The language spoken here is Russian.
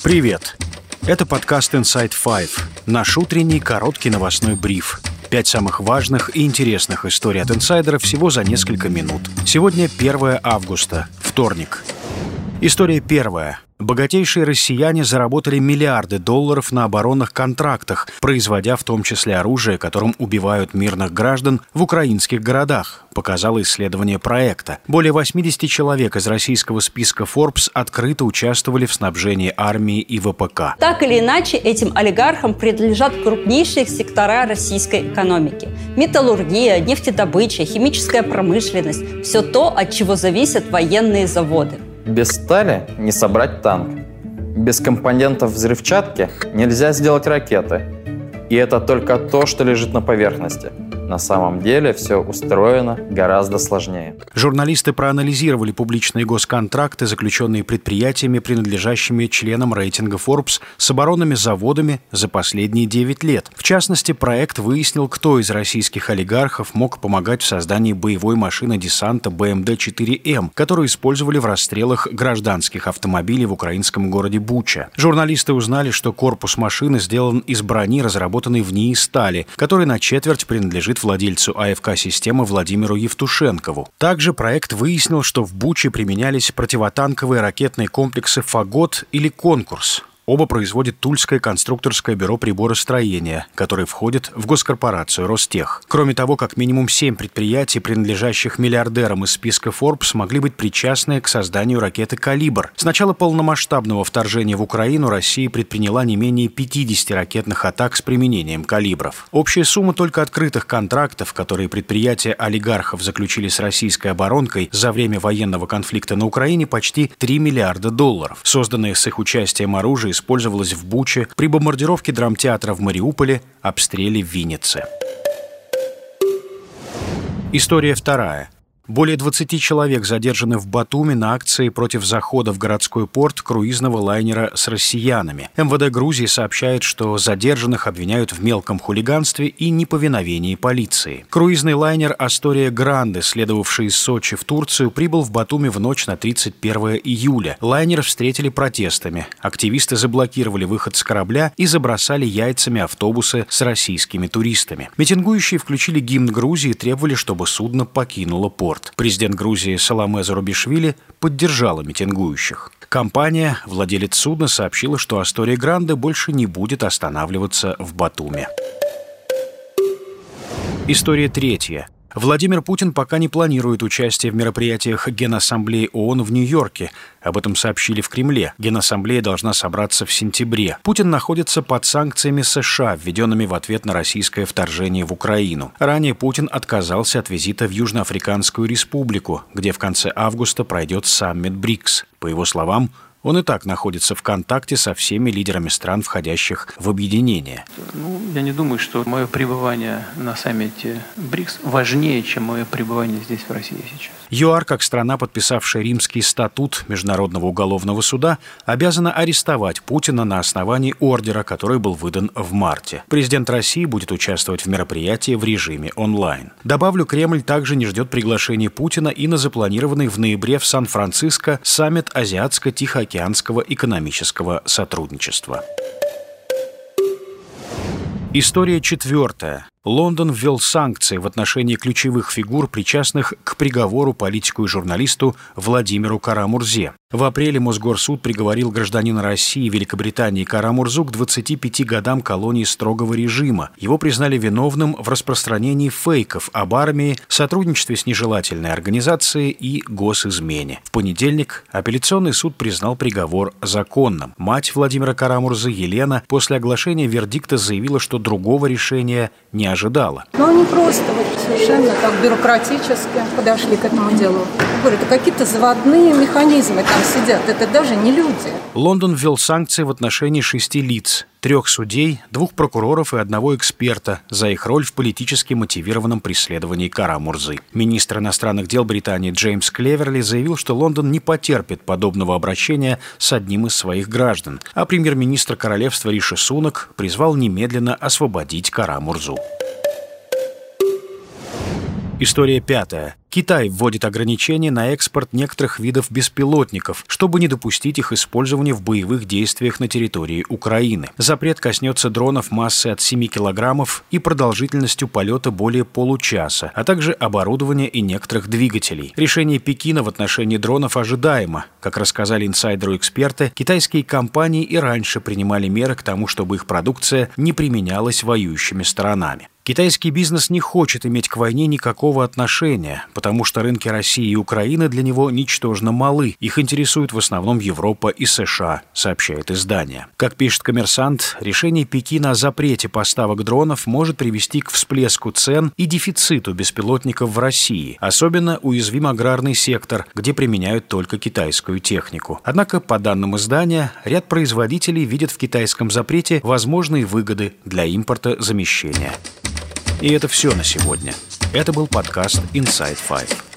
Привет! Это подкаст Inside Five, наш утренний короткий новостной бриф. 5 самых важных и интересных историй от инсайдера всего за несколько минут. Сегодня 1 августа, вторник. История первая. Богатейшие россияне заработали миллиарды долларов на оборонных контрактах, производя в том числе оружие, которым убивают мирных граждан в украинских городах, показало исследование проекта. Более 80 человек из российского списка Forbes открыто участвовали в снабжении армии и ВПК. Так или иначе, этим олигархам принадлежат крупнейшие сектора российской экономики. Металлургия, нефтедобыча, химическая промышленность – все то, от чего зависят военные заводы. Без стали не собрать танк. Без компонентов взрывчатки нельзя сделать ракеты. И это только то, что лежит на поверхности. На самом деле все устроено гораздо сложнее. Журналисты проанализировали публичные госконтракты, заключенные предприятиями, принадлежащими членам рейтинга Forbes, с оборонными заводами за последние 9 лет. В частности, проект выяснил, кто из российских олигархов мог помогать в создании боевой машины десанта БМД-4М, которую использовали в расстрелах гражданских автомобилей в украинском городе Буча. Журналисты узнали, что корпус машины сделан из брони, разработанной в НИИ стали, которая на четверть принадлежит владельцу АФК-системы Владимиру Евтушенкову. Также проект выяснил, что в Буче применялись противотанковые ракетные комплексы «Фагот» или «Конкурс». Оба производит Тульское конструкторское бюро приборостроения, которое входит в госкорпорацию Ростех. Кроме того, как минимум 7 предприятий, принадлежащих миллиардерам из списка Forbes, могли быть причастны к созданию ракеты «Калибр». С начала полномасштабного вторжения в Украину Россия предприняла не менее 50 ракетных атак с применением калибров. Общая сумма только открытых контрактов, которые предприятия олигархов заключили с российской оборонкой за время военного конфликта на Украине, почти $3 миллиарда. Созданное с их участием оружие использовалась в Буче, при бомбардировке драмтеатра в Мариуполе, обстреле в Виннице. История вторая. Более 20 человек задержаны в Батуми на акции против захода в городской порт круизного лайнера с россиянами. МВД Грузии сообщает, что задержанных обвиняют в мелком хулиганстве и неповиновении полиции. Круизный лайнер «Астория Гранде», следовавший из Сочи в Турцию, прибыл в Батуми в ночь на 31 июля. Лайнер встретили протестами. Активисты заблокировали выход с корабля и забросали яйцами автобусы с российскими туристами. Митингующие включили гимн Грузии и требовали, чтобы судно покинуло порт. Президент Грузии Саломе Зурабишвили поддержала митингующих. Компания, владелец судна, сообщила, что «Астория Гранде» больше не будет останавливаться в Батуми. История третья. Владимир Путин пока не планирует участие в мероприятиях Генассамблеи ООН в Нью-Йорке. Об этом сообщили в Кремле. Генассамблея должна собраться в сентябре. Путин находится под санкциями США, введенными в ответ на российское вторжение в Украину. Ранее Путин отказался от визита в Южноафриканскую республику, где в конце августа пройдет саммит БРИКС. По его словам, он и так находится в контакте со всеми лидерами стран, входящих в объединение. Я не думаю, что мое пребывание на саммите БРИКС важнее, чем мое пребывание здесь, в России сейчас. ЮАР, как страна, подписавшая Римский статут Международного уголовного суда, обязана арестовать Путина на основании ордера, который был выдан в марте. Президент России будет участвовать в мероприятии в режиме онлайн. Добавлю, Кремль также не ждет приглашения Путина и на запланированный в ноябре в Сан-Франциско саммит Азиатско-Тихоокеанского экономического сотрудничества. История четвертая. Лондон ввел санкции в отношении ключевых фигур, причастных к приговору политику и журналисту Владимиру Кара-Мурзе. В апреле Мосгорсуд приговорил гражданина России и Великобритании Кара-Мурзу к 25 годам колонии строгого режима. Его признали виновным в распространении фейков об армии, сотрудничестве с нежелательной организацией и госизмене. В понедельник апелляционный суд признал приговор законным. Мать Владимира Кара-Мурзы Елена после оглашения вердикта заявила, что другого решения не ожидала. Но они просто совершенно так бюрократически подошли к этому делу. Говорю, это какие-то заводные механизмы там сидят, это даже не люди. Лондон ввел санкции в отношении 6 лиц, 3 судей, 2 прокуроров и 1 эксперта за их роль в политически мотивированном преследовании Кара-Мурзы. Министр иностранных дел Британии Джеймс Клеверли заявил, что Лондон не потерпит подобного обращения с одним из своих граждан, а премьер-министр королевства Риши Сунак призвал немедленно освободить Кара-Мурзу. История 5. Китай вводит ограничения на экспорт некоторых видов беспилотников, чтобы не допустить их использования в боевых действиях на территории Украины. Запрет коснется дронов массой от 7 килограммов и продолжительностью полета более получаса, а также оборудования и некоторых двигателей. Решение Пекина в отношении дронов ожидаемо. Как рассказали инсайдеру эксперты, китайские компании и раньше принимали меры к тому, чтобы их продукция не применялась воюющими сторонами. Китайский бизнес не хочет иметь к войне никакого отношения, потому что рынки России и Украины для него ничтожно малы. Их интересует в основном Европа и США, сообщает издание. Как пишет «Коммерсант», решение Пекина о запрете поставок дронов может привести к всплеску цен и дефициту беспилотников в России. Особенно уязвим аграрный сектор, где применяют только китайскую технику. Однако, по данным издания, ряд производителей видят в китайском запрете возможные выгоды для импортозамещения. И это все на сегодня. Это был подкаст Inside Five.